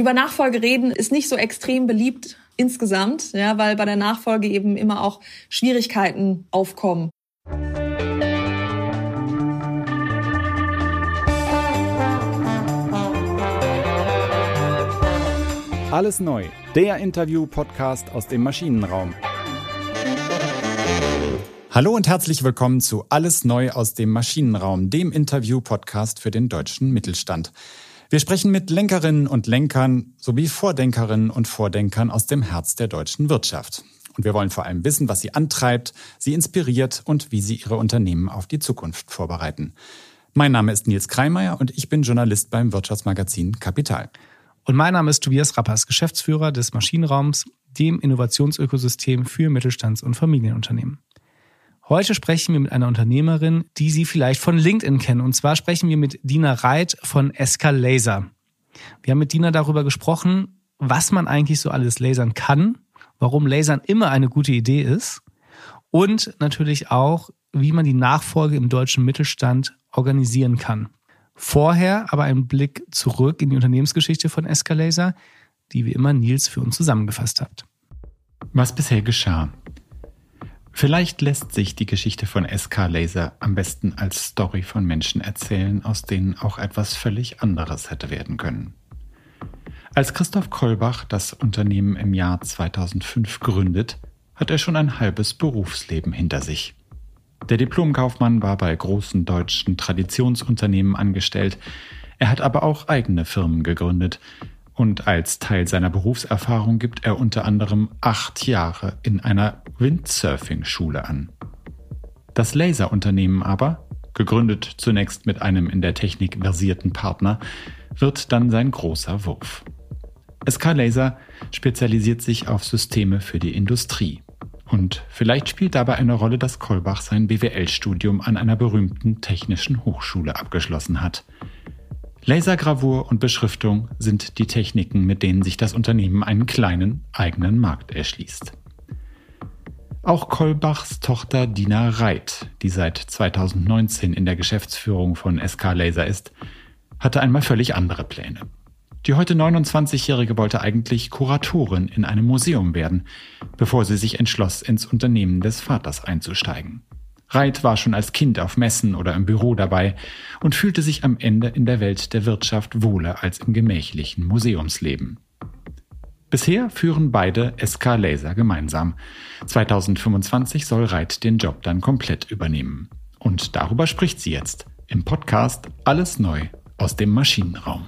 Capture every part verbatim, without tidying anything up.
Über Nachfolge reden ist nicht so extrem beliebt insgesamt, ja, weil bei der Nachfolge eben immer auch Schwierigkeiten aufkommen. Alles neu, der Interview-Podcast aus dem Maschinenraum. Hallo und herzlich willkommen zu Alles neu aus dem Maschinenraum, dem Interview-Podcast für den deutschen Mittelstand. Wir sprechen mit Lenkerinnen und Lenkern sowie Vordenkerinnen und Vordenkern aus dem Herz der deutschen Wirtschaft. Und wir wollen vor allem wissen, was sie antreibt, sie inspiriert und wie sie ihre Unternehmen auf die Zukunft vorbereiten. Mein Name ist Nils Kreimeier und ich bin Journalist beim Wirtschaftsmagazin Kapital. Und mein Name ist Tobias Rappers, Geschäftsführer des Maschinenraums, dem Innovationsökosystem für Mittelstands- und Familienunternehmen. Heute sprechen wir mit einer Unternehmerin, die Sie vielleicht von LinkedIn kennen. Und zwar sprechen wir mit Dina Reit von S K Laser. Wir haben mit Dina darüber gesprochen, was man eigentlich so alles lasern kann, warum Lasern immer eine gute Idee ist und natürlich auch, wie man die Nachfolge im deutschen Mittelstand organisieren kann. Vorher aber ein Blick zurück in die Unternehmensgeschichte von S K Laser, die wie immer Nils für uns zusammengefasst hat. Was bisher geschah. Vielleicht lässt sich die Geschichte von S K Laser am besten als Story von Menschen erzählen, aus denen auch etwas völlig anderes hätte werden können. Als Christoph Kollbach das Unternehmen im Jahr zweitausendfünf gründet, hat er schon ein halbes Berufsleben hinter sich. Der Diplomkaufmann war bei großen deutschen Traditionsunternehmen angestellt, er hat aber auch eigene Firmen gegründet. Und als Teil seiner Berufserfahrung gibt er unter anderem acht Jahre in einer Windsurfing-Schule an. Das Laserunternehmen aber, gegründet zunächst mit einem in der Technik versierten Partner, wird dann sein großer Wurf. S K Laser spezialisiert sich auf Systeme für die Industrie. Und vielleicht spielt dabei eine Rolle, dass Kollbach sein B W L-Studium an einer berühmten technischen Hochschule abgeschlossen hat. Lasergravur und Beschriftung sind die Techniken, mit denen sich das Unternehmen einen kleinen eigenen Markt erschließt. Auch Kollbachs Tochter Dina Reit, die seit zweitausendneunzehn in der Geschäftsführung von S K Laser ist, hatte einmal völlig andere Pläne. Die heute neunundzwanzigjährige wollte eigentlich Kuratorin in einem Museum werden, bevor sie sich entschloss, ins Unternehmen des Vaters einzusteigen. Reit war schon als Kind auf Messen oder im Büro dabei und fühlte sich am Ende in der Welt der Wirtschaft wohler als im gemächlichen Museumsleben. Bisher führen beide S K Laser gemeinsam. zweitausendfünfundzwanzig soll Reit den Job dann komplett übernehmen. Und darüber spricht sie jetzt im Podcast Alles neu aus dem Maschinenraum.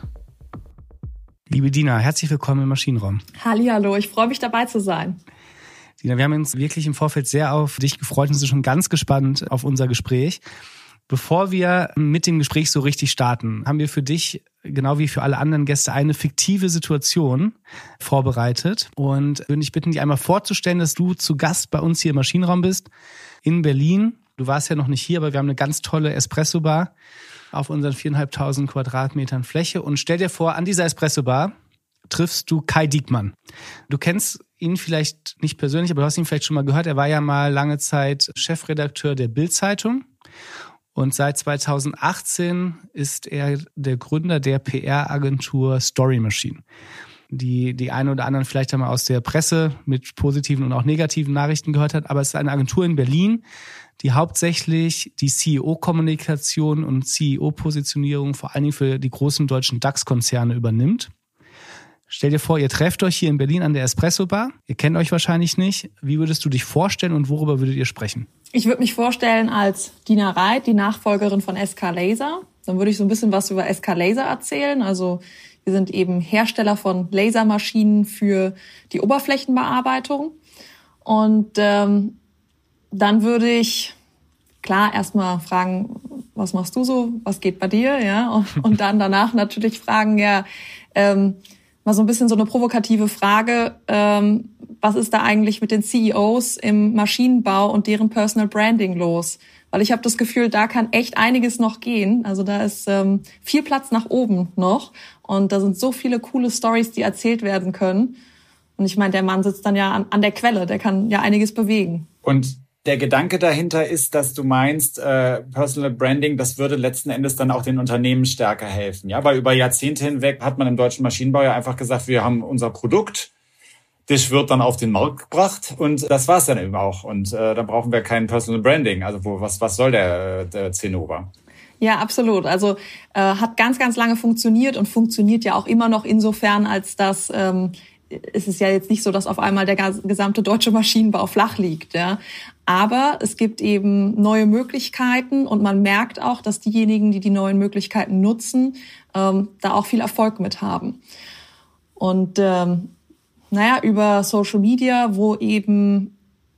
Liebe Dina, herzlich willkommen im Maschinenraum. Hallihallo, ich freue mich dabei zu sein. Dina, wir haben uns wirklich im Vorfeld sehr auf dich gefreut und sind schon ganz gespannt auf unser Gespräch. Bevor wir mit dem Gespräch so richtig starten, haben wir für dich, genau wie für alle anderen Gäste, eine fiktive Situation vorbereitet und würde dich bitten, dir einmal vorzustellen, dass du zu Gast bei uns hier im Maschinenraum bist, in Berlin. Du warst ja noch nicht hier, aber wir haben eine ganz tolle Espresso-Bar auf unseren viertausendfünfhundert Quadratmetern Fläche. Und stell dir vor, an dieser Espresso-Bar triffst du Kai Diekmann. Du kennst ihn vielleicht nicht persönlich, aber du hast ihn vielleicht schon mal gehört. Er war ja mal lange Zeit Chefredakteur der Bild-Zeitung. Und seit zweitausendachtzehn ist er der Gründer der P R-Agentur Story Machine. Die die einen oder anderen vielleicht einmal aus der Presse mit positiven und auch negativen Nachrichten gehört hat. Aber es ist eine Agentur in Berlin, die hauptsächlich die C E O-Kommunikation und C E O-Positionierung vor allen Dingen für die großen deutschen DAX-Konzerne übernimmt. Stell dir vor, ihr trefft euch hier in Berlin an der Espresso-Bar. Ihr kennt euch wahrscheinlich nicht. Wie würdest du dich vorstellen und worüber würdet ihr sprechen? Ich würde mich vorstellen als Dina Reit, die Nachfolgerin von S K Laser. Dann würde ich so ein bisschen was über S K Laser erzählen. Also wir sind eben Hersteller von Lasermaschinen für die Oberflächenbearbeitung. Und ähm, dann würde ich klar erstmal fragen, was machst du so, was geht bei dir, ja? Und, und dann danach natürlich fragen, ja, ähm, mal so ein bisschen so eine provokative Frage, ähm, was ist da eigentlich mit den C E Os im Maschinenbau und deren Personal Branding los? Weil ich habe das Gefühl, da kann echt einiges noch gehen. Also da ist ähm, viel Platz nach oben noch und da sind so viele coole Stories, die erzählt werden können. Und ich meine, der Mann sitzt dann ja an, an der Quelle, der kann ja einiges bewegen. Und Der Gedanke dahinter ist, dass du meinst, äh, Personal Branding, das würde letzten Endes dann auch den Unternehmen stärker helfen. Ja, weil über Jahrzehnte hinweg hat man im deutschen Maschinenbau ja einfach gesagt, wir haben unser Produkt, das wird dann auf den Markt gebracht und das war's dann eben auch. Und äh, da brauchen wir kein Personal Branding. Also wo, was, was soll der, der Zinnober? Ja, absolut. Also äh, hat ganz, ganz lange funktioniert und funktioniert ja auch immer noch insofern, als dass ähm, es ist ja jetzt nicht so, dass auf einmal der gesamte deutsche Maschinenbau flach liegt, ja. Aber es gibt eben neue Möglichkeiten und man merkt auch, dass diejenigen, die die neuen Möglichkeiten nutzen, ähm, da auch viel Erfolg mit haben. Und ähm, naja, über Social Media, wo eben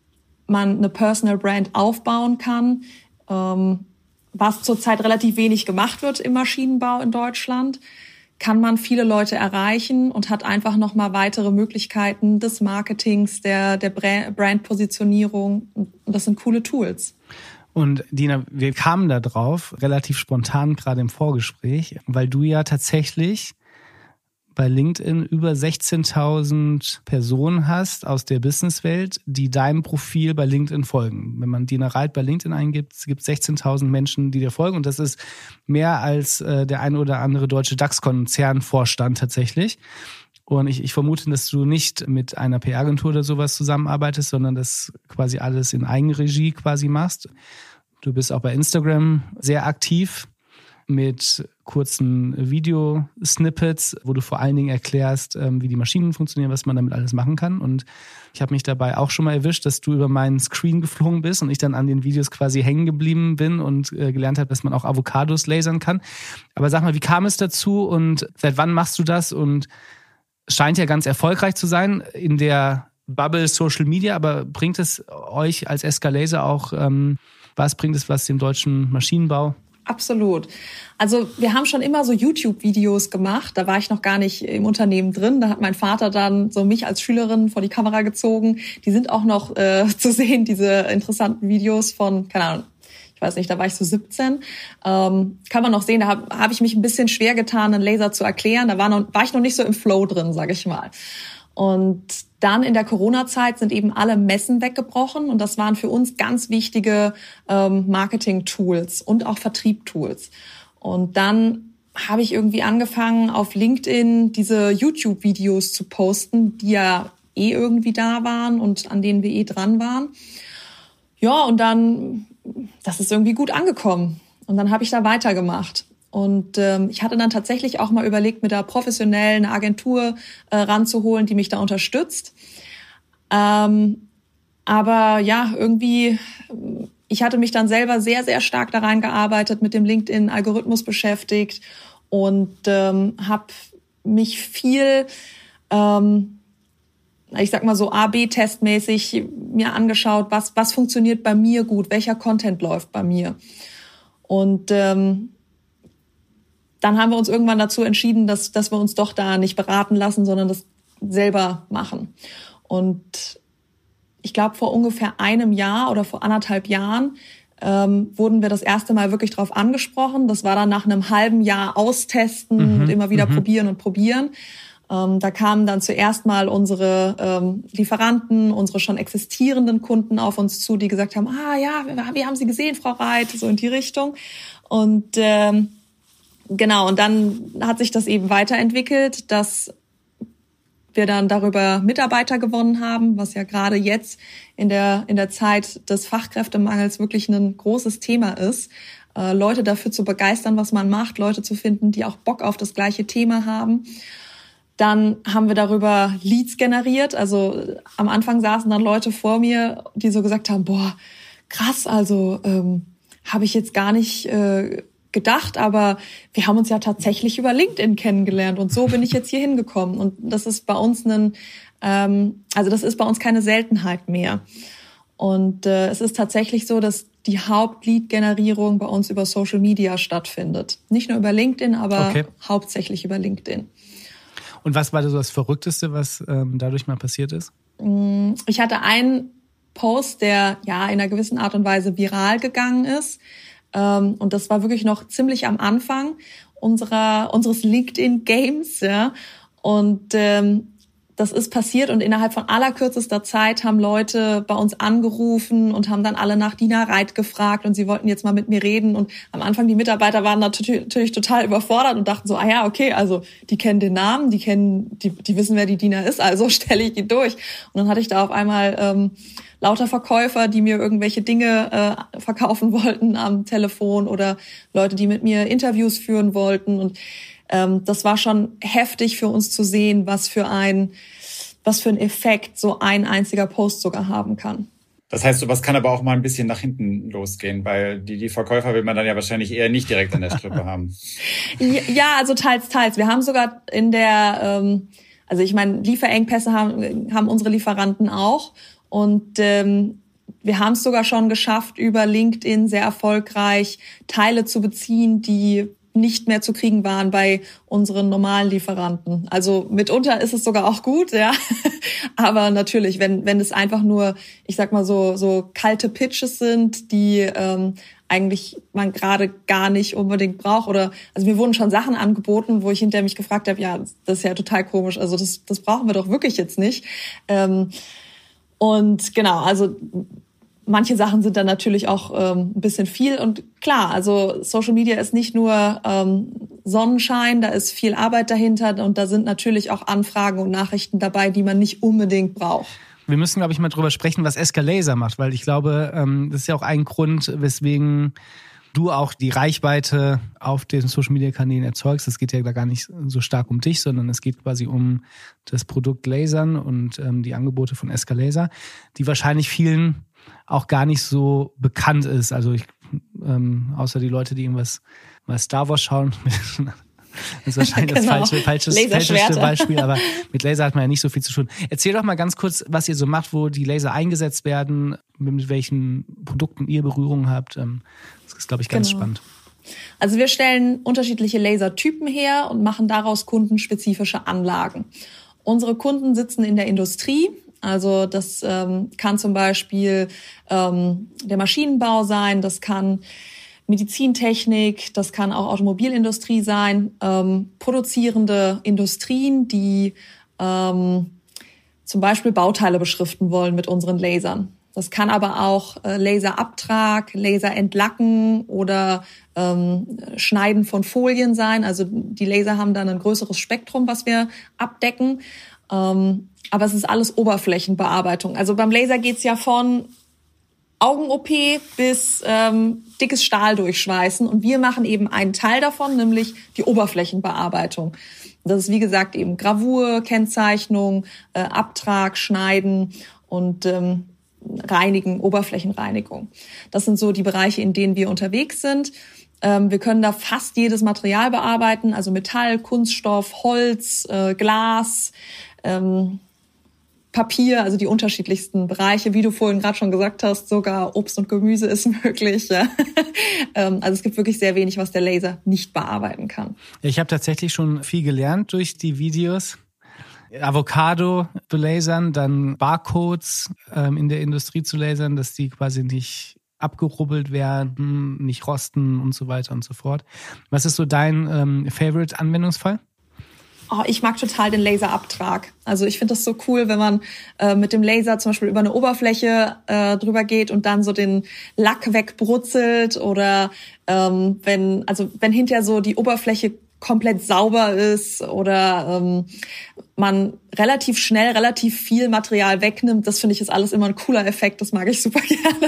man eine Personal Brand aufbauen kann, ähm, was zurzeit relativ wenig gemacht wird im Maschinenbau in Deutschland, kann man viele Leute erreichen und hat einfach nochmal weitere Möglichkeiten des Marketings, der, der Brandpositionierung. Und das sind coole Tools. Und Dina, wir kamen da drauf, relativ spontan gerade im Vorgespräch, weil du ja tatsächlich bei LinkedIn über sechzehntausend Personen hast aus der Businesswelt, die deinem Profil bei LinkedIn folgen. Wenn man Dina Reit bei LinkedIn eingibt, es gibt sechzehntausend Menschen, die dir folgen. Und das ist mehr als äh, der ein oder andere deutsche DAX-Konzernvorstand tatsächlich. Und ich, ich vermute, dass du nicht mit einer P R-Agentur oder sowas zusammenarbeitest, sondern das quasi alles in Eigenregie quasi machst. Du bist auch bei Instagram sehr aktiv mit kurzen Video-Snippets, wo du vor allen Dingen erklärst, wie die Maschinen funktionieren, was man damit alles machen kann. Und ich habe mich dabei auch schon mal erwischt, dass du über meinen Screen geflogen bist und ich dann an den Videos quasi hängen geblieben bin und gelernt habe, dass man auch Avocados lasern kann. Aber sag mal, wie kam es dazu und seit wann machst du das? Und scheint ja ganz erfolgreich zu sein in der Bubble Social Media, aber bringt es euch als S K Laser auch, ähm, was bringt es was dem deutschen Maschinenbau? Absolut. Also wir haben schon immer so YouTube-Videos gemacht. Da war ich noch gar nicht im Unternehmen drin. Da hat mein Vater dann so mich als Schülerin vor die Kamera gezogen. Die sind auch noch äh, zu sehen, diese interessanten Videos von, keine Ahnung, ich weiß nicht, da war ich so siebzehn. Ähm, kann man noch sehen, da habe hab ich mich ein bisschen schwer getan, einen Laser zu erklären. Da war, noch, war ich noch nicht so im Flow drin, sage ich mal. Und dann in der Corona-Zeit sind eben alle Messen weggebrochen und das waren für uns ganz wichtige ähm, Marketing-Tools und auch Vertrieb-Tools. Und dann habe ich irgendwie angefangen, auf LinkedIn diese YouTube-Videos zu posten, die ja eh irgendwie da waren und an denen wir eh dran waren. Ja, und dann, das ist irgendwie gut angekommen. Und dann habe ich da weitergemacht. Und ähm, ich hatte dann tatsächlich auch mal überlegt, mit der professionellen Agentur äh, ranzuholen, die mich da unterstützt. Ähm, aber ja, irgendwie, ich hatte mich dann selber sehr, sehr stark da reingearbeitet, mit dem LinkedIn-Algorithmus beschäftigt und ähm, habe mich viel, ähm, ich sag mal so A B testmäßig mir angeschaut, was, was funktioniert bei mir gut, welcher Content läuft bei mir. Und ähm, dann haben wir uns irgendwann dazu entschieden, dass, dass wir uns doch da nicht beraten lassen, sondern das selber machen. Und ich glaube, vor ungefähr einem Jahr oder vor anderthalb Jahren ähm, wurden wir das erste Mal wirklich drauf angesprochen. Das war dann nach einem halben Jahr Austesten, mhm. und immer wieder mhm. probieren und probieren. Ähm, da kamen dann zuerst mal unsere ähm, Lieferanten, unsere schon existierenden Kunden auf uns zu, die gesagt haben, ah ja, wir, wir haben Sie gesehen, Frau Reit, so in die Richtung. Und ähm, Genau, und dann hat sich das eben weiterentwickelt, dass wir dann darüber Mitarbeiter gewonnen haben, was ja gerade jetzt in der in der Zeit des Fachkräftemangels wirklich ein großes Thema ist, äh, Leute dafür zu begeistern, was man macht, Leute zu finden, die auch Bock auf das gleiche Thema haben. Dann haben wir darüber Leads generiert. Also am Anfang saßen dann Leute vor mir, die so gesagt haben, boah, krass, also ähm, habe ich jetzt gar nicht äh, gedacht, aber wir haben uns ja tatsächlich über LinkedIn kennengelernt und so bin ich jetzt hier hingekommen und das ist bei uns ein, ähm, also das ist bei uns keine Seltenheit mehr und äh, es ist tatsächlich so, dass die Haupt-Lead-Generierung bei uns über Social Media stattfindet. Nicht nur über LinkedIn, aber okay. hauptsächlich über LinkedIn. Und was war so das Verrückteste, was ähm, dadurch mal passiert ist? Ich hatte einen Post, der ja in einer gewissen Art und Weise viral gegangen ist. Und das war wirklich noch ziemlich am Anfang unserer unseres LinkedIn-Games, ja. Und ähm, das ist passiert und innerhalb von allerkürzester Zeit haben Leute bei uns angerufen und haben dann alle nach Dina Reit gefragt und sie wollten jetzt mal mit mir reden. Und am Anfang die Mitarbeiter waren natürlich total überfordert und dachten so, ah ja, okay, also die kennen den Namen, die kennen, die, die wissen, wer die Dina ist, also stelle ich die durch. Und dann hatte ich da auf einmal ähm, lauter Verkäufer, die mir irgendwelche Dinge äh, verkaufen wollten am Telefon oder Leute, die mit mir Interviews führen wollten. Und ähm, das war schon heftig für uns zu sehen, was für ein was für ein Effekt so ein einziger Post sogar haben kann. Das heißt, sowas kann aber auch mal ein bisschen nach hinten losgehen, weil die, die Verkäufer will man dann ja wahrscheinlich eher nicht direkt an der Strippe haben. Ja, also teils, teils. Wir haben sogar in der, ähm, also ich meine, Lieferengpässe haben, haben unsere Lieferanten auch. Und ähm, wir haben es sogar schon geschafft, über LinkedIn sehr erfolgreich Teile zu beziehen, die nicht mehr zu kriegen waren bei unseren normalen Lieferanten. Also mitunter ist es sogar auch gut, ja. Aber natürlich, wenn wenn es einfach nur, ich sag mal so so kalte Pitches sind, die ähm, eigentlich man gerade gar nicht unbedingt braucht oder also mir wurden schon Sachen angeboten, wo ich hinterher mich gefragt habe, ja, das ist ja total komisch. Also das das brauchen wir doch wirklich jetzt nicht. Ähm, und genau, also manche Sachen sind dann natürlich auch ähm, ein bisschen viel und klar, also Social Media ist nicht nur ähm, Sonnenschein, da ist viel Arbeit dahinter und da sind natürlich auch Anfragen und Nachrichten dabei, die man nicht unbedingt braucht. Wir müssen, glaube ich, mal drüber sprechen, was Escalaser macht, weil ich glaube, ähm, das ist ja auch ein Grund, weswegen du auch die Reichweite auf den Social-Media-Kanälen erzeugst. Es geht ja da gar nicht so stark um dich, sondern es geht quasi um das Produkt Lasern und ähm, die Angebote von Escalaser, die wahrscheinlich vielen auch gar nicht so bekannt ist. Also ich, ähm, außer die Leute, die irgendwas mal Star Wars schauen. Das ist wahrscheinlich genau. das falsche, falsches, falscheste Beispiel, aber mit Laser hat man ja nicht so viel zu tun. Erzähl doch mal ganz kurz, was ihr so macht, wo die Laser eingesetzt werden, mit welchen Produkten ihr Berührung habt. Das ist, glaube ich, ganz genau. spannend. Also wir stellen unterschiedliche Lasertypen her und machen daraus kundenspezifische Anlagen. Unsere Kunden sitzen in der Industrie. Also das ähm, kann zum Beispiel ähm, der Maschinenbau sein, das kann Medizintechnik, das kann auch Automobilindustrie sein, ähm, produzierende Industrien, die ähm, zum Beispiel Bauteile beschriften wollen mit unseren Lasern. Das kann aber auch äh, Laserabtrag, Laserentlacken oder ähm, Schneiden von Folien sein. Also die Laser haben dann ein größeres Spektrum, was wir abdecken. Ähm, aber es ist alles Oberflächenbearbeitung. Also beim Laser geht's ja von Augen-O P bis ähm, dickes Stahl durchschweißen. Und wir machen eben einen Teil davon, nämlich die Oberflächenbearbeitung. Das ist, wie gesagt, eben Gravur, Kennzeichnung, äh, Abtrag, Schneiden und ähm, Reinigen, Oberflächenreinigung. Das sind so die Bereiche, in denen wir unterwegs sind. Ähm, wir können da fast jedes Material bearbeiten, also Metall, Kunststoff, Holz, äh, Glas, ähm, Papier, also die unterschiedlichsten Bereiche. Wie du vorhin gerade schon gesagt hast, sogar Obst und Gemüse ist möglich. Ja. ähm, also es gibt wirklich sehr wenig, was der Laser nicht bearbeiten kann. Ja, ich habe tatsächlich schon viel gelernt durch die Videos. Avocado zu lasern, dann Barcodes ähm, in der Industrie zu lasern, dass die quasi nicht abgerubbelt werden, nicht rosten und so weiter und so fort. Was ist so dein ähm, Favorite-Anwendungsfall? Oh, ich mag total den Laserabtrag. Also ich finde das so cool, wenn man äh, mit dem Laser zum Beispiel über eine Oberfläche äh, drüber geht und dann so den Lack wegbrutzelt oder ähm, wenn also wenn hinterher so die Oberfläche komplett sauber ist oder ähm, man relativ schnell relativ viel Material wegnimmt. Das finde ich ist alles immer ein cooler Effekt. Das mag ich super gerne.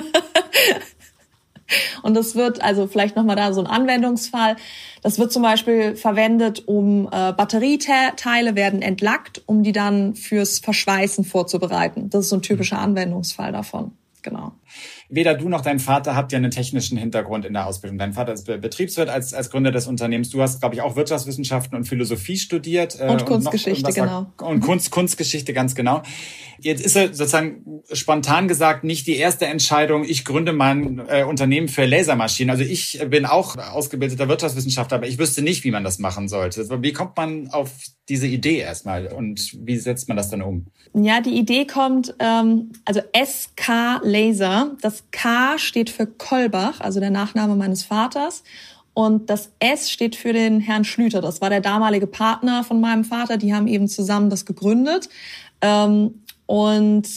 Und das wird, also vielleicht nochmal da so ein Anwendungsfall, das wird zum Beispiel verwendet, um äh, Batterieteile werden entlackt, um die dann fürs Verschweißen vorzubereiten. Das ist so ein typischer Anwendungsfall davon. Genau. Weder du noch dein Vater habt ja einen technischen Hintergrund in der Ausbildung. Dein Vater ist Betriebswirt als, als Gründer des Unternehmens. Du hast, glaube ich, auch Wirtschaftswissenschaften und Philosophie studiert. Und, und Kunstgeschichte, noch, genau. Und Kunst, Kunstgeschichte, ganz genau. Jetzt ist er sozusagen spontan gesagt nicht die erste Entscheidung, ich gründe mein äh, Unternehmen für Lasermaschinen. Also ich bin auch ausgebildeter Wirtschaftswissenschaftler, aber ich wüsste nicht, wie man das machen sollte. Wie kommt man auf diese Idee erstmal und wie setzt man das dann um? Ja, die Idee kommt, ähm, also S K Laser. Das K steht für Kolbach, also der Nachname meines Vaters. Und das S steht für den Herrn Schlüter. Das war der damalige Partner von meinem Vater. Die haben eben zusammen das gegründet. Ähm, und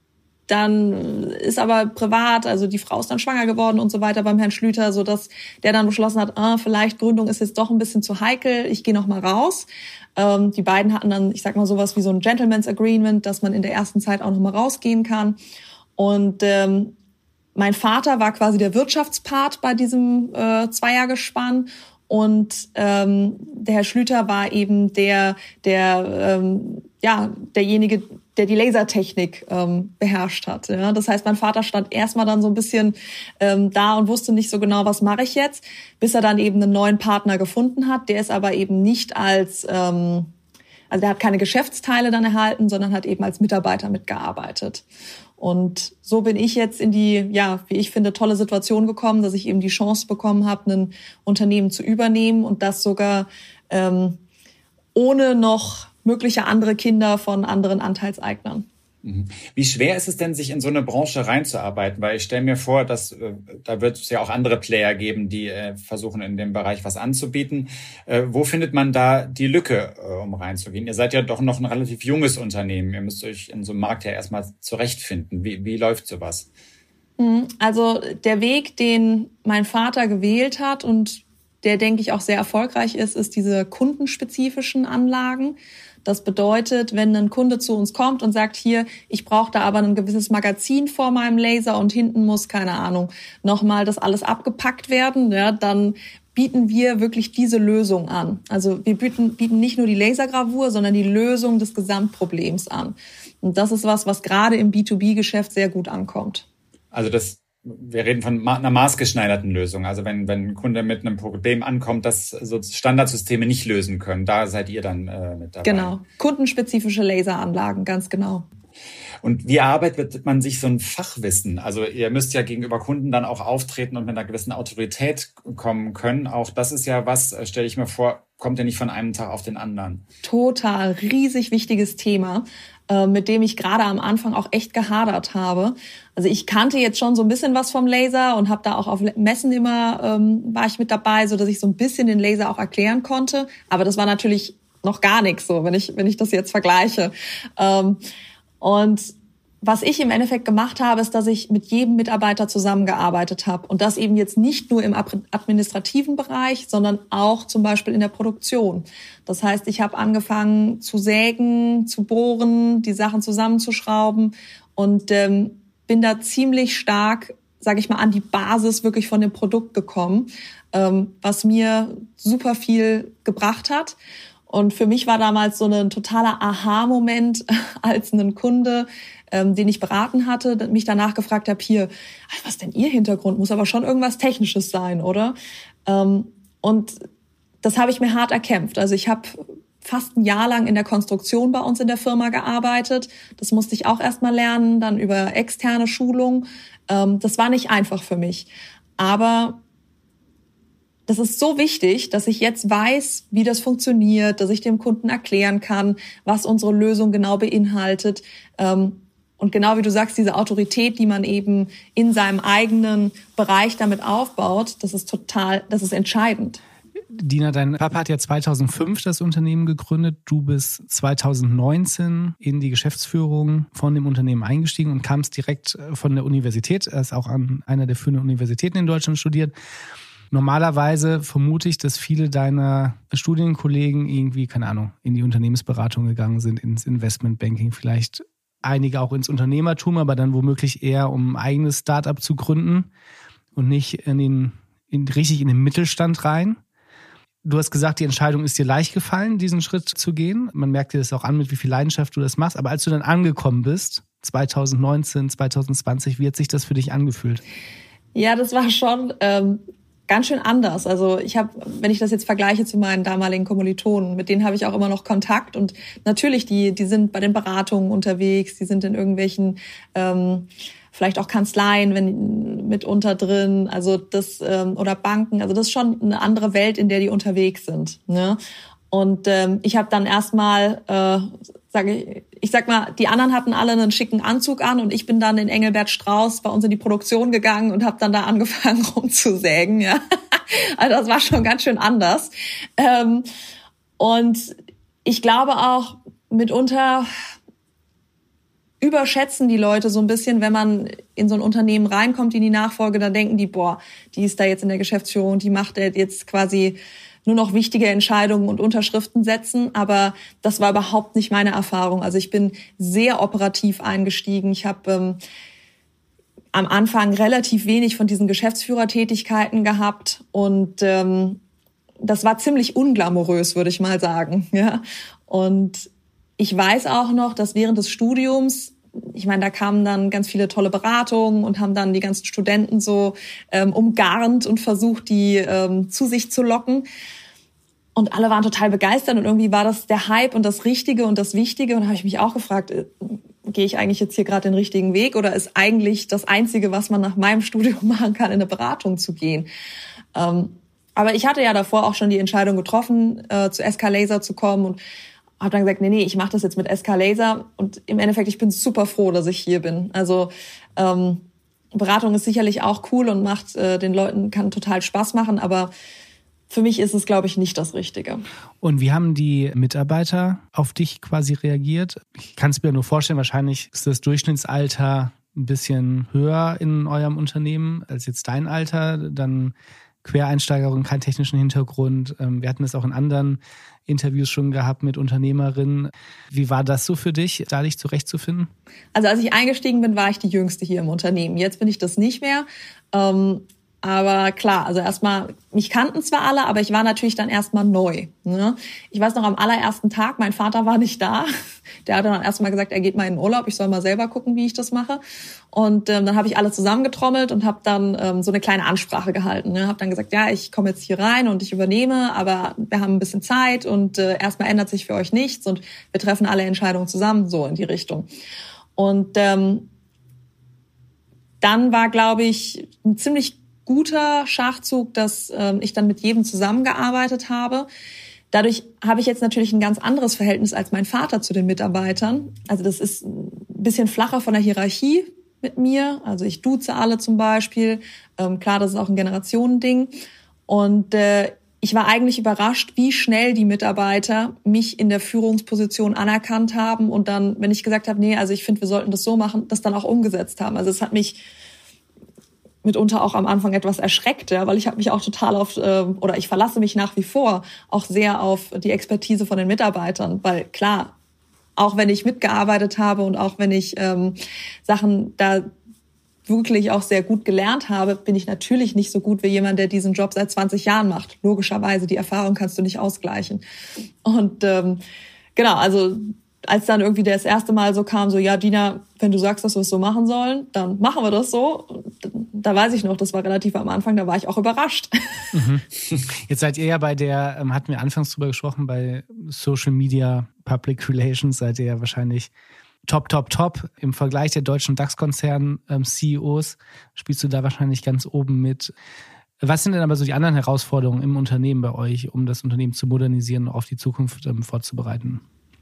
dann ist aber privat, also die Frau ist dann schwanger geworden und so weiter beim Herrn Schlüter, so dass der dann beschlossen hat, ah, vielleicht Gründung ist jetzt doch ein bisschen zu heikel, ich gehe noch mal raus. Ähm, die beiden hatten dann, ich sag mal sowas wie so ein Gentleman's Agreement, dass man in der ersten Zeit auch noch mal rausgehen kann. Und ähm, mein Vater war quasi der Wirtschaftspart bei diesem äh, Zweiergespann. Und ähm, der Herr Schlüter war eben der, der ähm, ja derjenige, der die Lasertechnik ähm, beherrscht hat. Ja? Das heißt, mein Vater stand erstmal dann so ein bisschen ähm, da und wusste nicht so genau, was mache ich jetzt, bis er dann eben einen neuen Partner gefunden hat. Der ist aber eben nicht als, ähm, also der hat keine Geschäftsteile dann erhalten, sondern hat eben als Mitarbeiter mitgearbeitet. Und so bin ich jetzt in die, ja, wie ich finde, tolle Situation gekommen, dass ich eben die Chance bekommen habe, ein Unternehmen zu übernehmen und das sogar ähm, ohne noch mögliche andere Kinder von anderen Anteilseignern. Wie schwer ist es denn, sich in so eine Branche reinzuarbeiten? Weil ich stelle mir vor, dass äh, da wird es ja auch andere Player geben, die äh, versuchen, in dem Bereich was anzubieten. Äh, wo findet man da die Lücke, äh, um reinzugehen? Ihr seid ja doch noch ein relativ junges Unternehmen. Ihr müsst euch in so einem Markt ja erstmal zurechtfinden. Wie, wie läuft sowas? Also der Weg, den mein Vater gewählt hat und der, denke ich, auch sehr erfolgreich ist, ist diese kundenspezifischen Anlagen. Das bedeutet, wenn ein Kunde zu uns kommt und sagt, hier, ich brauche da aber ein gewisses Magazin vor meinem Laser und hinten muss, keine Ahnung, nochmal das alles abgepackt werden, ja, dann bieten wir wirklich diese Lösung an. Also wir bieten, bieten nicht nur die Lasergravur, sondern die Lösung des Gesamtproblems an. Und das ist was, was gerade im B zwei B-Geschäft sehr gut ankommt. Also das Wir reden von einer maßgeschneiderten Lösung. Also wenn, wenn ein Kunde mit einem Problem ankommt, das so Standardsysteme nicht lösen können, da seid ihr dann äh, mit dabei. Genau, kundenspezifische Laseranlagen, ganz genau. Und wie erarbeitet man sich so ein Fachwissen? Also ihr müsst ja gegenüber Kunden dann auch auftreten und mit einer gewissen Autorität kommen können. Auch das ist ja was, stelle ich mir vor, kommt ja nicht von einem Tag auf den anderen. Total riesig wichtiges Thema, mit dem ich gerade am Anfang auch echt gehadert habe. Also ich kannte jetzt schon so ein bisschen was vom Laser und habe da auch auf Messen immer, ähm, war ich mit dabei, so dass ich so ein bisschen den Laser auch erklären konnte. Aber das war natürlich noch gar nichts so, wenn ich wenn ich das jetzt vergleiche. Ähm, und was ich im Endeffekt gemacht habe, ist, dass ich mit jedem Mitarbeiter zusammengearbeitet habe. Und das eben jetzt nicht nur im administrativen Bereich, sondern auch zum Beispiel in der Produktion. Das heißt, ich habe angefangen zu sägen, zu bohren, die Sachen zusammenzuschrauben und ähm, bin da ziemlich stark, sage ich mal, an die Basis wirklich von dem Produkt gekommen, ähm, was mir super viel gebracht hat. Und für mich war damals so ein totaler Aha-Moment, als ein Kunde, ähm, den ich beraten hatte, mich danach gefragt habe, hier, was ist denn Ihr Hintergrund? Muss aber schon irgendwas Technisches sein, oder? Ähm, und das habe ich mir hart erkämpft. Also ich habe fast ein Jahr lang in der Konstruktion bei uns in der Firma gearbeitet. Das musste ich auch erstmal lernen, dann über externe Schulung. Ähm, das war nicht einfach für mich. Aber das ist so wichtig, dass ich jetzt weiß, wie das funktioniert, dass ich dem Kunden erklären kann, was unsere Lösung genau beinhaltet. Und genau wie du sagst, diese Autorität, die man eben in seinem eigenen Bereich damit aufbaut, das ist total, das ist entscheidend. Dina, dein Papa hat ja zweitausendfünf das Unternehmen gegründet. Du bist zweitausendneunzehn in die Geschäftsführung von dem Unternehmen eingestiegen und kamst direkt von der Universität. Er ist auch an einer der führenden Universitäten in Deutschland studiert. Normalerweise vermute ich, dass viele deiner Studienkollegen irgendwie, keine Ahnung, in die Unternehmensberatung gegangen sind, ins Investmentbanking, vielleicht einige auch ins Unternehmertum, aber dann womöglich eher, um ein eigenes Start-up zu gründen und nicht in den, in, richtig in den Mittelstand rein. Du hast gesagt, die Entscheidung ist dir leicht gefallen, diesen Schritt zu gehen. Man merkt dir das auch an, mit wie viel Leidenschaft du das machst. Aber als du dann angekommen bist, zweitausendneunzehn, zweitausendzwanzig, wie hat sich das für dich angefühlt? Ja, das war schon ähm ganz schön anders. Also ich habe, wenn ich das jetzt vergleiche zu meinen damaligen Kommilitonen, mit denen habe ich auch immer noch Kontakt und natürlich, die die sind bei den Beratungen unterwegs, die sind in irgendwelchen ähm, vielleicht auch Kanzleien wenn mitunter drin, also das ähm, oder Banken, also das ist schon eine andere Welt, in der die unterwegs sind, ne? Und ähm, ich habe dann erstmal, äh, sage ich, ich sag mal, die anderen hatten alle einen schicken Anzug an und ich bin dann in Engelbert Strauß bei uns in die Produktion gegangen und habe dann da angefangen rumzusägen, ja. Also das war schon ganz schön anders. Ähm, und ich glaube auch, mitunter überschätzen die Leute so ein bisschen, wenn man in so ein Unternehmen reinkommt, in die Nachfolge, dann denken die, boah, die ist da jetzt in der Geschäftsführung, die macht jetzt quasi nur noch wichtige Entscheidungen und Unterschriften setzen. Aber das war überhaupt nicht meine Erfahrung. Also ich bin sehr operativ eingestiegen. Ich habe ähm, am Anfang relativ wenig von diesen Geschäftsführertätigkeiten gehabt und ähm, das war ziemlich unglamourös, würde ich mal sagen. Ja. Und ich weiß auch noch, dass während des Studiums, ich meine, da kamen dann ganz viele tolle Beratungen und haben dann die ganzen Studenten so ähm, umgarnt und versucht, die ähm, zu sich zu locken. Und alle waren total begeistert und irgendwie war das der Hype und das Richtige und das Wichtige. Und da habe ich mich auch gefragt, äh, gehe ich eigentlich jetzt hier gerade den richtigen Weg oder ist eigentlich das Einzige, was man nach meinem Studium machen kann, in eine Beratung zu gehen? Ähm, aber ich hatte ja davor auch schon die Entscheidung getroffen, äh, zu S K Laser zu kommen und habe dann gesagt, nee, nee, ich mache das jetzt mit S K Laser und im Endeffekt, ich bin super froh, dass ich hier bin. Also ähm, Beratung ist sicherlich auch cool und macht äh, den Leuten, kann total Spaß machen, aber für mich ist es, glaube ich, nicht das Richtige. Und wie haben die Mitarbeiter auf dich quasi reagiert? Ich kann es mir nur vorstellen, wahrscheinlich ist das Durchschnittsalter ein bisschen höher in eurem Unternehmen als jetzt dein Alter, dann Quereinsteigerin, keinen technischen Hintergrund. Wir hatten es auch in anderen Interviews schon gehabt mit Unternehmerinnen. Wie war das so für dich, da dich zurechtzufinden? Also als ich eingestiegen bin, war ich die Jüngste hier im Unternehmen. Jetzt bin ich das nicht mehr. Ähm, aber klar, also erstmal, mich kannten zwar alle, aber ich war natürlich dann erstmal neu. Ne? Ich weiß noch, am allerersten Tag, mein Vater war nicht da. Der hat dann erstmal gesagt, er geht mal in den Urlaub, ich soll mal selber gucken, wie ich das mache. Und ähm, dann habe ich alle zusammengetrommelt und habe dann ähm, so eine kleine Ansprache gehalten. Ne? Habe dann gesagt, ja, ich komme jetzt hier rein und ich übernehme, aber wir haben ein bisschen Zeit und äh, erstmal ändert sich für euch nichts und wir treffen alle Entscheidungen zusammen, so in die Richtung. Und ähm, dann war, glaube ich, ein ziemlich guter Schachzug, dass ähm, ich dann mit jedem zusammengearbeitet habe. Dadurch habe ich jetzt natürlich ein ganz anderes Verhältnis als mein Vater zu den Mitarbeitern. Also das ist ein bisschen flacher von der Hierarchie mit mir. Also ich duze alle zum Beispiel. Ähm, klar, das ist auch ein Generationending. Und äh, ich war eigentlich überrascht, wie schnell die Mitarbeiter mich in der Führungsposition anerkannt haben und dann, wenn ich gesagt habe, nee, also ich finde, wir sollten das so machen, das dann auch umgesetzt haben. Also es hat mich mitunter auch am Anfang etwas erschreckt, ja, weil ich habe mich auch total auf, äh, oder ich verlasse mich nach wie vor auch sehr auf die Expertise von den Mitarbeitern, weil klar, auch wenn ich mitgearbeitet habe und auch wenn ich ähm, Sachen da wirklich auch sehr gut gelernt habe, bin ich natürlich nicht so gut wie jemand, der diesen Job seit zwanzig Jahren macht. Logischerweise, die Erfahrung kannst du nicht ausgleichen. Und ähm, genau, also als dann irgendwie das erste Mal so kam, so, ja, Dina, wenn du sagst, dass wir es so machen sollen, dann machen wir das so. Da weiß ich noch, das war relativ am Anfang, da war ich auch überrascht. Mhm. Jetzt seid ihr ja bei der, ähm, hatten wir anfangs drüber gesprochen, bei Social Media, Public Relations, seid ihr ja wahrscheinlich top, top, top. Im Vergleich der deutschen DAX-Konzern-C E Os spielst du da wahrscheinlich ganz oben mit. Was sind denn aber so die anderen Herausforderungen im Unternehmen bei euch, um das Unternehmen zu modernisieren und auf die Zukunft ähm, vorzubereiten?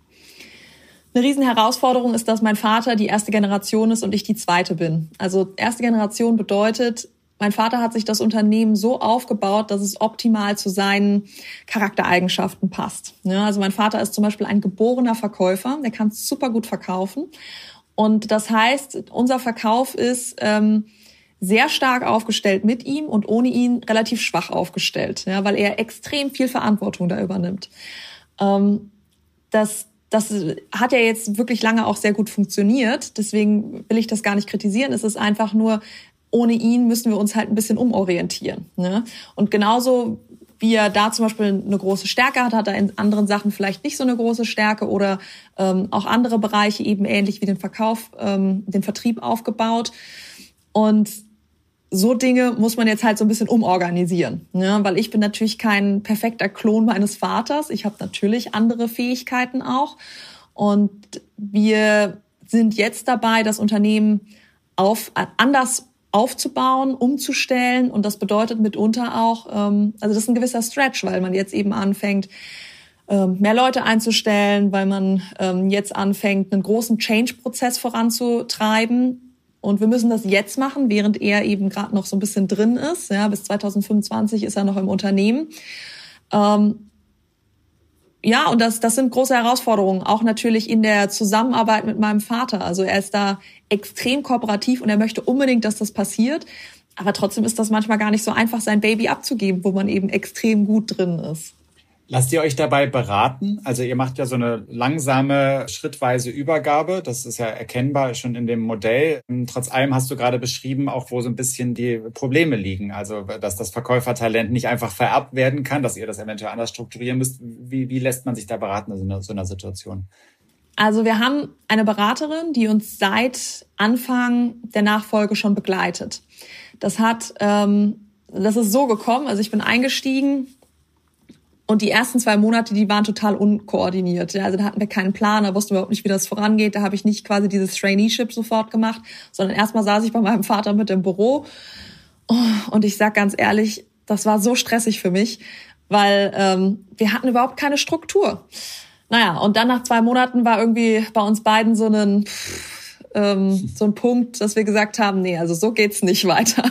Eine riesen Herausforderung ist, dass mein Vater die erste Generation ist und ich die zweite bin. Also erste Generation bedeutet, mein Vater hat sich das Unternehmen so aufgebaut, dass es optimal zu seinen Charaktereigenschaften passt. Ja, also mein Vater ist zum Beispiel ein geborener Verkäufer, der kann super gut verkaufen. Und das heißt, unser Verkauf ist ähm, sehr stark aufgestellt mit ihm und ohne ihn relativ schwach aufgestellt, ja, weil er extrem viel Verantwortung da übernimmt. Ähm, das Das hat ja jetzt wirklich lange auch sehr gut funktioniert. Deswegen will ich das gar nicht kritisieren. Es ist einfach nur, ohne ihn müssen wir uns halt ein bisschen umorientieren. Ne? Und genauso wie er da zum Beispiel eine große Stärke hat, hat er in anderen Sachen vielleicht nicht so eine große Stärke oder ähm, auch andere Bereiche eben ähnlich wie den Verkauf, ähm, den Vertrieb aufgebaut. Und so Dinge muss man jetzt halt so ein bisschen umorganisieren, ne? Weil ich bin natürlich kein perfekter Klon meines Vaters. Ich habe natürlich andere Fähigkeiten auch. Und wir sind jetzt dabei, das Unternehmen auf anders aufzubauen, umzustellen. Und das bedeutet mitunter auch, ähm, also das ist ein gewisser Stretch, weil man jetzt eben anfängt, ähm, mehr Leute einzustellen, weil man ähm, jetzt anfängt, einen großen Change-Prozess voranzutreiben. Und wir müssen das jetzt machen, während er eben gerade noch so ein bisschen drin ist. Ja, bis zwanzig fünfundzwanzig ist er noch im Unternehmen. Ähm, ja, und das, das sind große Herausforderungen, auch natürlich in der Zusammenarbeit mit meinem Vater. Also er ist da extrem kooperativ und er möchte unbedingt, dass das passiert. Aber trotzdem ist das manchmal gar nicht so einfach, sein Baby abzugeben, wo man eben extrem gut drin ist. Lasst ihr euch dabei beraten? Also ihr macht ja so eine langsame, schrittweise Übergabe. Das ist ja erkennbar schon in dem Modell. Trotz allem hast du gerade beschrieben, auch wo so ein bisschen die Probleme liegen. Also dass das Verkäufertalent nicht einfach vererbt werden kann, dass ihr das eventuell anders strukturieren müsst. Wie, wie lässt man sich da beraten in so einer, so einer Situation? Also wir haben eine Beraterin, die uns seit Anfang der Nachfolge schon begleitet. Das hat, ähm, das ist so gekommen. Also ich bin eingestiegen. Und die ersten zwei Monate, die waren total unkoordiniert. Also da hatten wir keinen Plan, da wussten wir überhaupt nicht, wie das vorangeht. Da habe ich nicht quasi dieses Traineeship sofort gemacht, sondern erstmal saß ich bei meinem Vater mit im Büro. Und ich sag ganz ehrlich, das war so stressig für mich, weil ähm, wir hatten überhaupt keine Struktur. Naja, und dann nach zwei Monaten war irgendwie bei uns beiden so ein, ähm, so ein Punkt, dass wir gesagt haben, nee, also so geht's nicht weiter.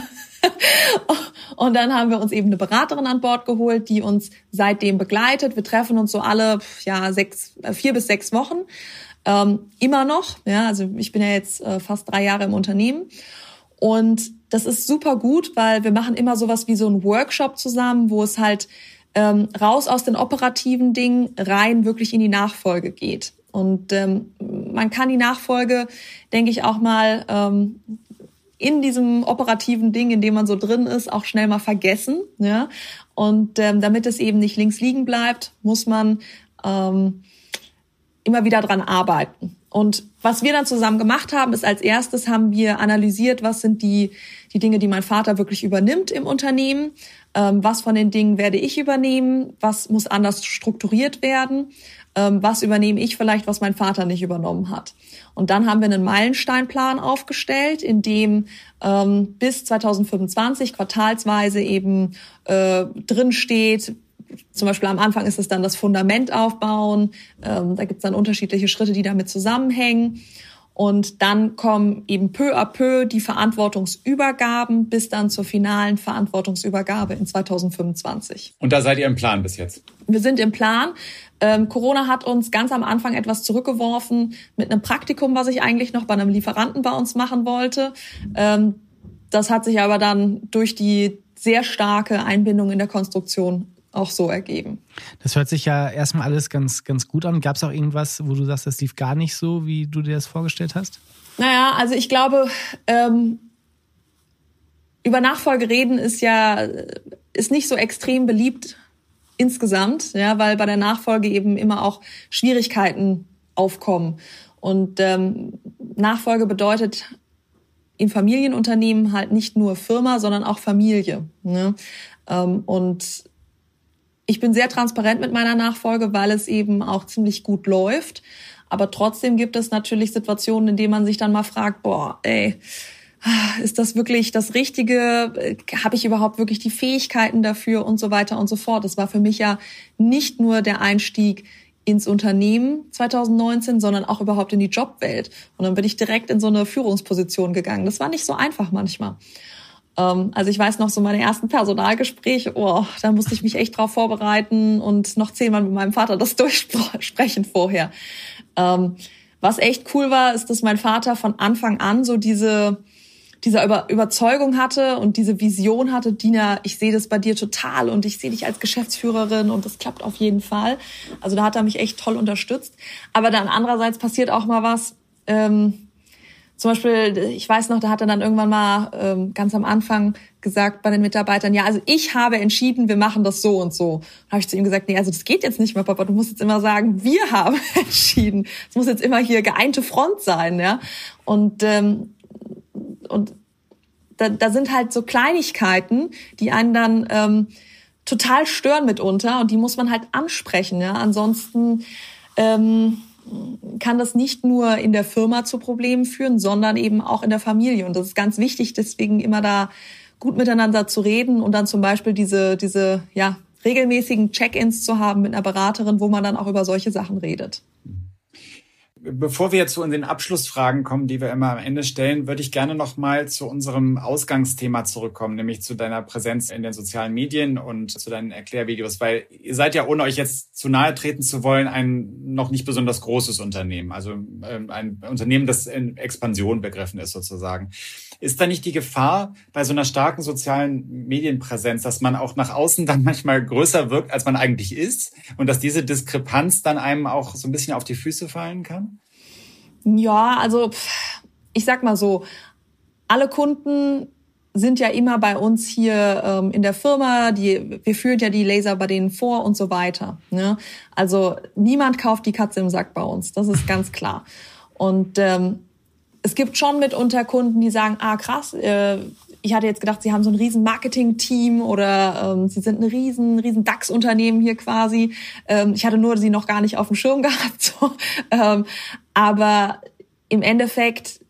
Und dann haben wir uns eben eine Beraterin an Bord geholt, die uns seitdem begleitet. Wir treffen uns so alle ja sechs, vier bis sechs Wochen ähm, immer noch. Ja, also ich bin ja jetzt äh, fast drei Jahre im Unternehmen und das ist super gut, weil wir machen immer sowas wie so einen Workshop zusammen, wo es halt ähm, raus aus den operativen Dingen rein wirklich in die Nachfolge geht. Und ähm, man kann die Nachfolge, denke ich, auch mal ähm, in diesem operativen Ding, in dem man so drin ist, auch schnell mal vergessen. Ja? Und ähm, damit es eben nicht links liegen bleibt, muss man ähm, immer wieder dran arbeiten. Und was wir dann zusammen gemacht haben, ist als erstes haben wir analysiert, was sind die die Dinge, die mein Vater wirklich übernimmt im Unternehmen, ähm, was von den Dingen werde ich übernehmen, was muss anders strukturiert werden, ähm, was übernehme ich vielleicht, was mein Vater nicht übernommen hat. Und dann haben wir einen Meilensteinplan aufgestellt, in dem ähm, bis zwanzig fünfundzwanzig quartalsweise eben äh, drin steht. Zum Beispiel am Anfang ist es dann das Fundament aufbauen. Ähm, da gibt es dann unterschiedliche Schritte, die damit zusammenhängen. Und dann kommen eben peu à peu die Verantwortungsübergaben bis dann zur finalen Verantwortungsübergabe in zwanzig fünfundzwanzig. Und da seid ihr im Plan bis jetzt? Wir sind im Plan. Ähm, Corona hat uns ganz am Anfang etwas zurückgeworfen mit einem Praktikum, was ich eigentlich noch bei einem Lieferanten bei uns machen wollte. Ähm, das hat sich aber dann durch die sehr starke Einbindung in der Konstruktion auch so ergeben. Das hört sich ja erstmal alles ganz, ganz gut an. Gab es auch irgendwas, wo du sagst, das lief gar nicht so, wie du dir das vorgestellt hast? Naja, also ich glaube, ähm, über Nachfolge reden ist ja ist nicht so extrem beliebt insgesamt, ja, weil bei der Nachfolge eben immer auch Schwierigkeiten aufkommen. Und ähm, Nachfolge bedeutet in Familienunternehmen halt nicht nur Firma, sondern auch Familie. Ne? Ähm, und ich bin sehr transparent mit meiner Nachfolge, weil es eben auch ziemlich gut läuft. Aber trotzdem gibt es natürlich Situationen, in denen man sich dann mal fragt, boah, ey, ist das wirklich das Richtige? Habe ich überhaupt wirklich die Fähigkeiten dafür und so weiter und so fort? Das war für mich ja nicht nur der Einstieg ins Unternehmen zwanzig neunzehn, sondern auch überhaupt in die Jobwelt. Und dann bin ich direkt in so eine Führungsposition gegangen. Das war nicht so einfach manchmal. Also ich weiß noch, so meine ersten Personalgespräche, oh, da musste ich mich echt drauf vorbereiten und noch zehnmal mit meinem Vater das durchsprechen vorher. Ähm, was echt cool war, ist, dass mein Vater von Anfang an so diese, diese Über- Überzeugung hatte und diese Vision hatte, Dina, ich sehe das bei dir total und ich sehe dich als Geschäftsführerin und das klappt auf jeden Fall. Also da hat er mich echt toll unterstützt. Aber dann andererseits passiert auch mal was, ähm, zum Beispiel, ich weiß noch, da hat er dann irgendwann mal ähm, ganz am Anfang gesagt bei den Mitarbeitern, ja, also ich habe entschieden, wir machen das so und so. Da habe ich zu ihm gesagt, nee, also das geht jetzt nicht mehr, Papa, du musst jetzt immer sagen, wir haben entschieden. Es muss jetzt immer hier geeinte Front sein, ja. Und ähm, und da, da sind halt so Kleinigkeiten, die einen dann ähm, total stören mitunter und die muss man halt ansprechen, ja. Ansonsten ähm, kann das nicht nur in der Firma zu Problemen führen, sondern eben auch in der Familie. Und das ist ganz wichtig, deswegen immer da gut miteinander zu reden und dann zum Beispiel diese, diese ja, regelmäßigen Check-ins zu haben mit einer Beraterin, wo man dann auch über solche Sachen redet. Bevor wir zu den Abschlussfragen kommen, die wir immer am Ende stellen, würde ich gerne noch mal zu unserem Ausgangsthema zurückkommen, nämlich zu deiner Präsenz in den sozialen Medien und zu deinen Erklärvideos, weil ihr seid ja, ohne euch jetzt zu nahe treten zu wollen, ein noch nicht besonders großes Unternehmen, also ein Unternehmen, das in Expansion begriffen ist sozusagen. Ist da nicht die Gefahr bei so einer starken sozialen Medienpräsenz, dass man auch nach außen dann manchmal größer wirkt, als man eigentlich ist und dass diese Diskrepanz dann einem auch so ein bisschen auf die Füße fallen kann? Ja, also ich sag mal so, alle Kunden sind ja immer bei uns hier ähm, in der Firma, die, wir führen ja die Laser bei denen vor und so weiter. Ne? Also niemand kauft die Katze im Sack bei uns, das ist ganz klar. Und ähm, es gibt schon mitunter Kunden, die sagen, ah krass, äh, ich hatte jetzt gedacht, sie haben so ein riesen Marketing-Team oder ähm, sie sind ein riesen, riesen DAX-Unternehmen hier quasi. Ähm, ich hatte nur sie noch gar nicht auf dem Schirm gehabt. So. Ähm, aber im Endeffekt,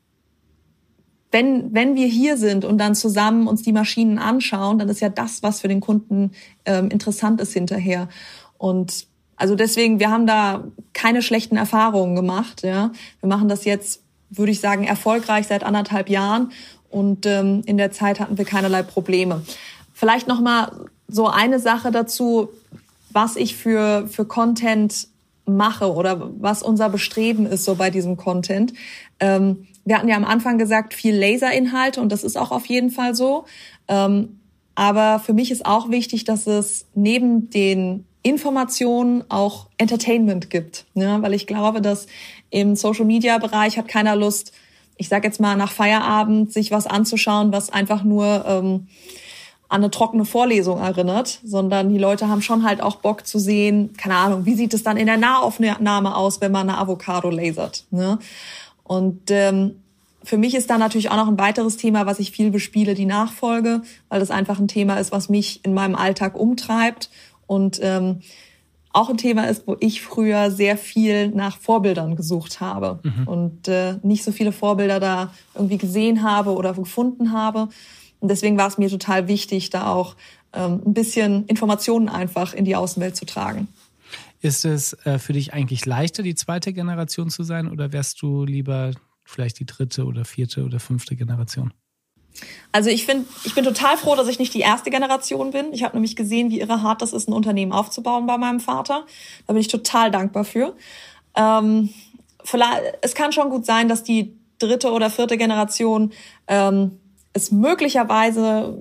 wenn wenn wir hier sind und dann zusammen uns die Maschinen anschauen, dann ist ja das, was für den Kunden ähm, interessant ist hinterher. Und also deswegen, wir haben da keine schlechten Erfahrungen gemacht. Ja, wir machen das jetzt, würde ich sagen, erfolgreich seit anderthalb Jahren. Und ähm, in der Zeit hatten wir keinerlei Probleme. Vielleicht noch mal so eine Sache dazu, was ich für für Content mache oder was unser Bestreben ist so bei diesem Content. Ähm, wir hatten ja am Anfang gesagt, viel Laserinhalte und das ist auch auf jeden Fall so. Ähm, aber für mich ist auch wichtig, dass es neben den Informationen auch Entertainment gibt, ne? Weil ich glaube, dass im Social-Media-Bereich hat keiner Lust, ich sage jetzt mal nach Feierabend, sich was anzuschauen, was einfach nur ähm, an eine trockene Vorlesung erinnert, sondern die Leute haben schon halt auch Bock zu sehen, keine Ahnung, wie sieht es dann in der Nahaufnahme aus, wenn man eine Avocado lasert, ne? Und ähm, für mich ist da natürlich auch noch ein weiteres Thema, was ich viel bespiele, die Nachfolge, weil das einfach ein Thema ist, was mich in meinem Alltag umtreibt und ähm, auch ein Thema ist, wo ich früher sehr viel nach Vorbildern gesucht habe mhm. und äh, nicht so viele Vorbilder da irgendwie gesehen habe oder gefunden habe. Und deswegen war es mir total wichtig, da auch ähm, ein bisschen Informationen einfach in die Außenwelt zu tragen. Ist es äh, für dich eigentlich leichter, die zweite Generation zu sein oder wärst du lieber vielleicht die dritte oder vierte oder fünfte Generation? Also ich finde, ich bin total froh, dass ich nicht die erste Generation bin. Ich habe nämlich gesehen, wie irre hart das ist, ein Unternehmen aufzubauen bei meinem Vater. Da bin ich total dankbar für. Ähm, vielleicht, es kann schon gut sein, dass die dritte oder vierte Generation ähm, es möglicherweise,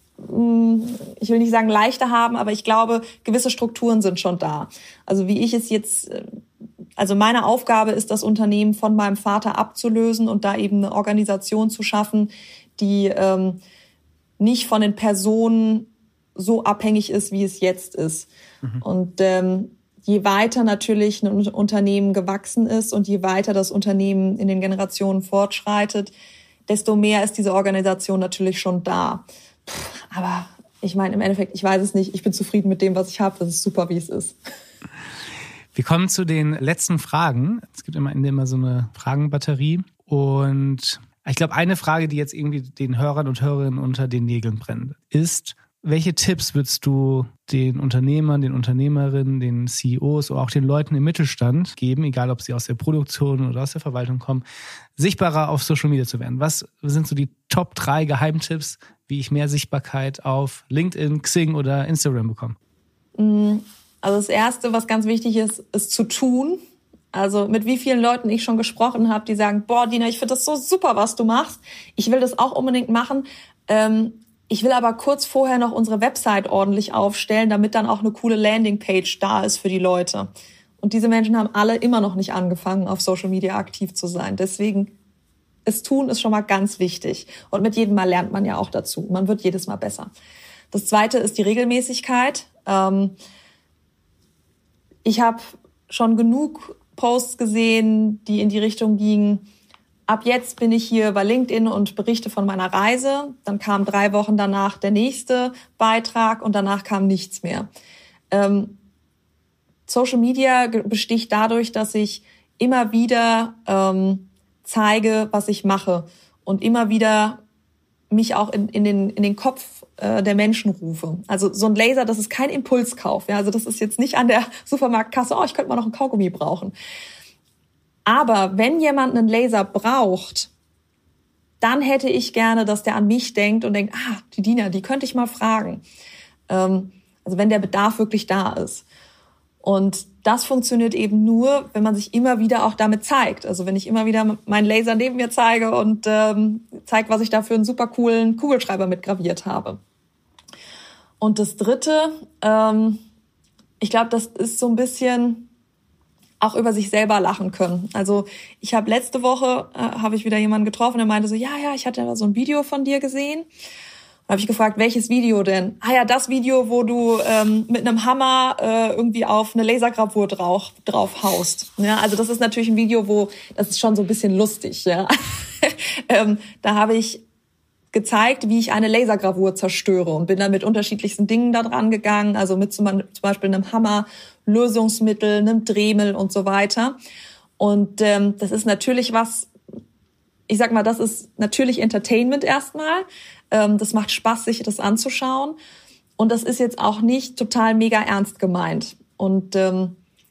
mh, ich will nicht sagen leichter haben, aber ich glaube, gewisse Strukturen sind schon da. Also wie ich es jetzt... Also meine Aufgabe ist, das Unternehmen von meinem Vater abzulösen und da eben eine Organisation zu schaffen, die ähm, nicht von den Personen so abhängig ist, wie es jetzt ist. Mhm. Und ähm, je weiter natürlich ein Unternehmen gewachsen ist und je weiter das Unternehmen in den Generationen fortschreitet, desto mehr ist diese Organisation natürlich schon da. Pff, aber ich meine, im Endeffekt, ich weiß es nicht. Ich bin zufrieden mit dem, was ich habe. Das ist super, wie es ist. Wir kommen zu den letzten Fragen. Es gibt immer immer so eine Fragenbatterie. Und ich glaube, eine Frage, die jetzt irgendwie den Hörern und Hörerinnen unter den Nägeln brennt, ist, welche Tipps würdest du den Unternehmern, den Unternehmerinnen, den C E Os oder auch den Leuten im Mittelstand geben, egal ob sie aus der Produktion oder aus der Verwaltung kommen, sichtbarer auf Social Media zu werden? Was sind so die Top drei Geheimtipps, wie ich mehr Sichtbarkeit auf LinkedIn, Xing oder Instagram bekomme? Also das Erste, was ganz wichtig ist, ist zu tun. Also mit wie vielen Leuten ich schon gesprochen habe, die sagen, boah, Dina, ich finde das so super, was du machst. Ich will das auch unbedingt machen. Ähm, ich will aber kurz vorher noch unsere Website ordentlich aufstellen, damit dann auch eine coole Landingpage da ist für die Leute. Und diese Menschen haben alle immer noch nicht angefangen, auf Social Media aktiv zu sein. Deswegen, es tun ist schon mal ganz wichtig. Und mit jedem Mal lernt man ja auch dazu. Man wird jedes Mal besser. Das Zweite ist die Regelmäßigkeit. Ähm, Ich habe schon genug Posts gesehen, die in die Richtung gingen, ab jetzt bin ich hier bei LinkedIn und berichte von meiner Reise. Dann kam drei Wochen danach der nächste Beitrag und danach kam nichts mehr. Ähm, Social Media besticht dadurch, dass ich immer wieder ähm, zeige, was ich mache und immer wieder mich auch in, in, den, in den Kopf äh, der Menschen rufe. Also so ein Laser, das ist kein Impulskauf. Ja? Also das ist jetzt nicht an der Supermarktkasse, oh, ich könnte mal noch ein Kaugummi brauchen. Aber wenn jemand einen Laser braucht, dann hätte ich gerne, dass der an mich denkt und denkt, ah, die Dina, die könnte ich mal fragen. Ähm, also wenn der Bedarf wirklich da ist. Und das funktioniert eben nur, wenn man sich immer wieder auch damit zeigt. Also wenn ich immer wieder meinen Laser neben mir zeige und ähm, zeige, was ich da für einen super coolen Kugelschreiber mitgraviert habe. Und das Dritte, ähm, ich glaube, das ist so ein bisschen auch über sich selber lachen können. Also ich habe letzte Woche, äh, habe ich wieder jemanden getroffen, der meinte so, ja, ja, ich hatte da so ein Video von dir gesehen. Da habe ich gefragt, welches Video denn? Ah ja, das Video, wo du ähm, mit einem Hammer äh, irgendwie auf eine Lasergravur drauf, drauf haust. Ja, also das ist natürlich ein Video, wo, das ist schon so ein bisschen lustig. Ja, ähm, da habe ich gezeigt, wie ich eine Lasergravur zerstöre und bin dann mit unterschiedlichsten Dingen da dran gegangen, also mit zum, zum Beispiel einem Hammer, Lösungsmittel, einem Dremel und so weiter. Und ähm, das ist natürlich was, ich sag mal, das ist natürlich Entertainment erstmal. Ähm, das macht Spaß, sich das anzuschauen. Und das ist jetzt auch nicht total mega ernst gemeint. Und ähm,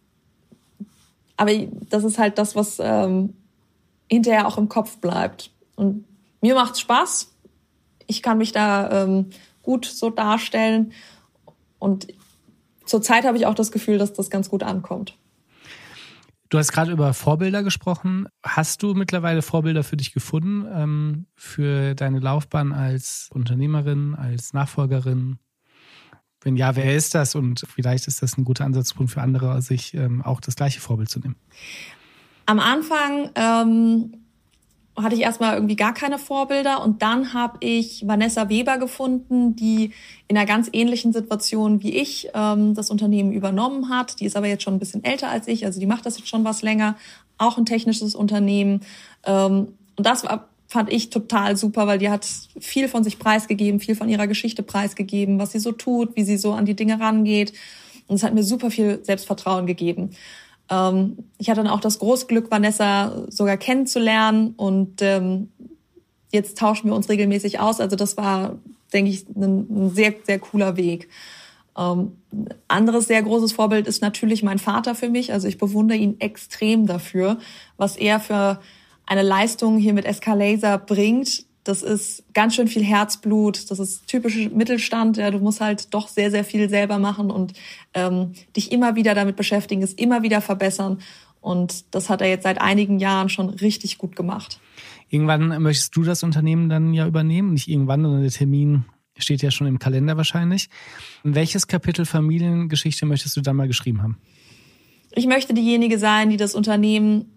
aber das ist halt das, was ähm, hinterher auch im Kopf bleibt. Und mir macht's Spaß. Ich kann mich da ähm, gut so darstellen. Und zurzeit habe ich auch das Gefühl, dass das ganz gut ankommt. Du hast gerade über Vorbilder gesprochen. Hast du mittlerweile Vorbilder für dich gefunden, ähm, für deine Laufbahn als Unternehmerin, als Nachfolgerin? Wenn ja, wer ist das? Und vielleicht ist das ein guter Ansatzpunkt für andere, sich ähm, auch das gleiche Vorbild zu nehmen. Am Anfang ähm, hatte ich erstmal irgendwie gar keine Vorbilder und dann habe ich Vanessa Weber gefunden, die in einer ganz ähnlichen Situation wie ich ähm, das Unternehmen übernommen hat. Die ist aber jetzt schon ein bisschen älter als ich, also die macht das jetzt schon was länger, auch ein technisches Unternehmen. Ähm, und das war, fand ich total super, weil die hat viel von sich preisgegeben, viel von ihrer Geschichte preisgegeben, was sie so tut, wie sie so an die Dinge rangeht. Und es hat mir super viel Selbstvertrauen gegeben. Ähm, ich hatte dann auch das große Glück, Vanessa sogar kennenzulernen und ähm, jetzt tauschen wir uns regelmäßig aus. Also das war, denke ich, ein, ein sehr, sehr cooler Weg. Ähm, anderes sehr großes Vorbild ist natürlich mein Vater für mich. Also ich bewundere ihn extrem dafür, was er für eine Leistung hier mit S K Laser bringt. Das ist ganz schön viel Herzblut, das ist typisch Mittelstand. Ja, du musst halt doch sehr, sehr viel selber machen und ähm, dich immer wieder damit beschäftigen, es immer wieder verbessern. Und das hat er jetzt seit einigen Jahren schon richtig gut gemacht. Irgendwann möchtest du das Unternehmen dann ja übernehmen. Nicht irgendwann, sondern der Termin steht ja schon im Kalender wahrscheinlich. Welches Kapitel Familiengeschichte möchtest du dann mal geschrieben haben? Ich möchte diejenige sein, die das Unternehmen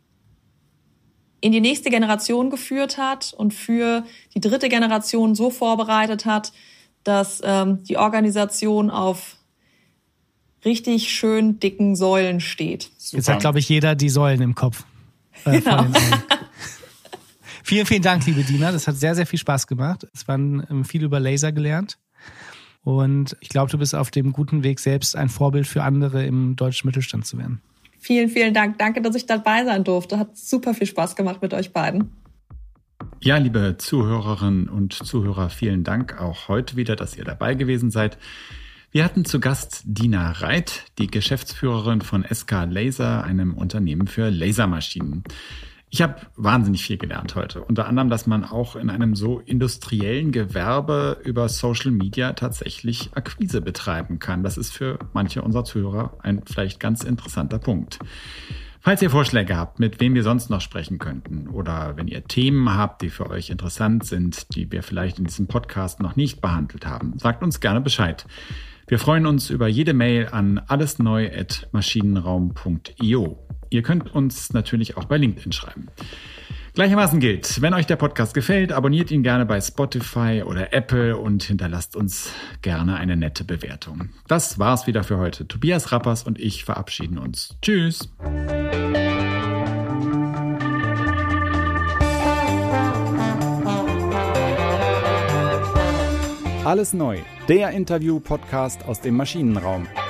in die nächste Generation geführt hat und für die dritte Generation so vorbereitet hat, dass ähm, die Organisation auf richtig schön dicken Säulen steht. Super. Jetzt hat, glaube ich, jeder die Säulen im Kopf. Äh, genau. Vielen, vielen Dank, liebe Dina. Das hat sehr, sehr viel Spaß gemacht. Es waren ähm, viel über Laser gelernt. Und ich glaube, du bist auf dem guten Weg, selbst ein Vorbild für andere im deutschen Mittelstand zu werden. Vielen, vielen Dank. Danke, dass ich dabei sein durfte. Hat super viel Spaß gemacht mit euch beiden. Ja, liebe Zuhörerinnen und Zuhörer, vielen Dank auch heute wieder, dass ihr dabei gewesen seid. Wir hatten zu Gast Dina Reit, die Geschäftsführerin von S K Laser, einem Unternehmen für Lasermaschinen. Ich habe wahnsinnig viel gelernt heute. Unter anderem, dass man auch in einem so industriellen Gewerbe über Social Media tatsächlich Akquise betreiben kann. Das ist für manche unserer Zuhörer ein vielleicht ganz interessanter Punkt. Falls ihr Vorschläge habt, mit wem wir sonst noch sprechen könnten oder wenn ihr Themen habt, die für euch interessant sind, die wir vielleicht in diesem Podcast noch nicht behandelt haben, sagt uns gerne Bescheid. Wir freuen uns über jede Mail an allesneu at maschinenraum punkt io. Ihr könnt uns natürlich auch bei LinkedIn schreiben. Gleichermaßen gilt, wenn euch der Podcast gefällt, abonniert ihn gerne bei Spotify oder Apple und hinterlasst uns gerne eine nette Bewertung. Das war's wieder für heute. Tobias Rappers und ich verabschieden uns. Tschüss! Alles neu, der Interview-Podcast aus dem Maschinenraum.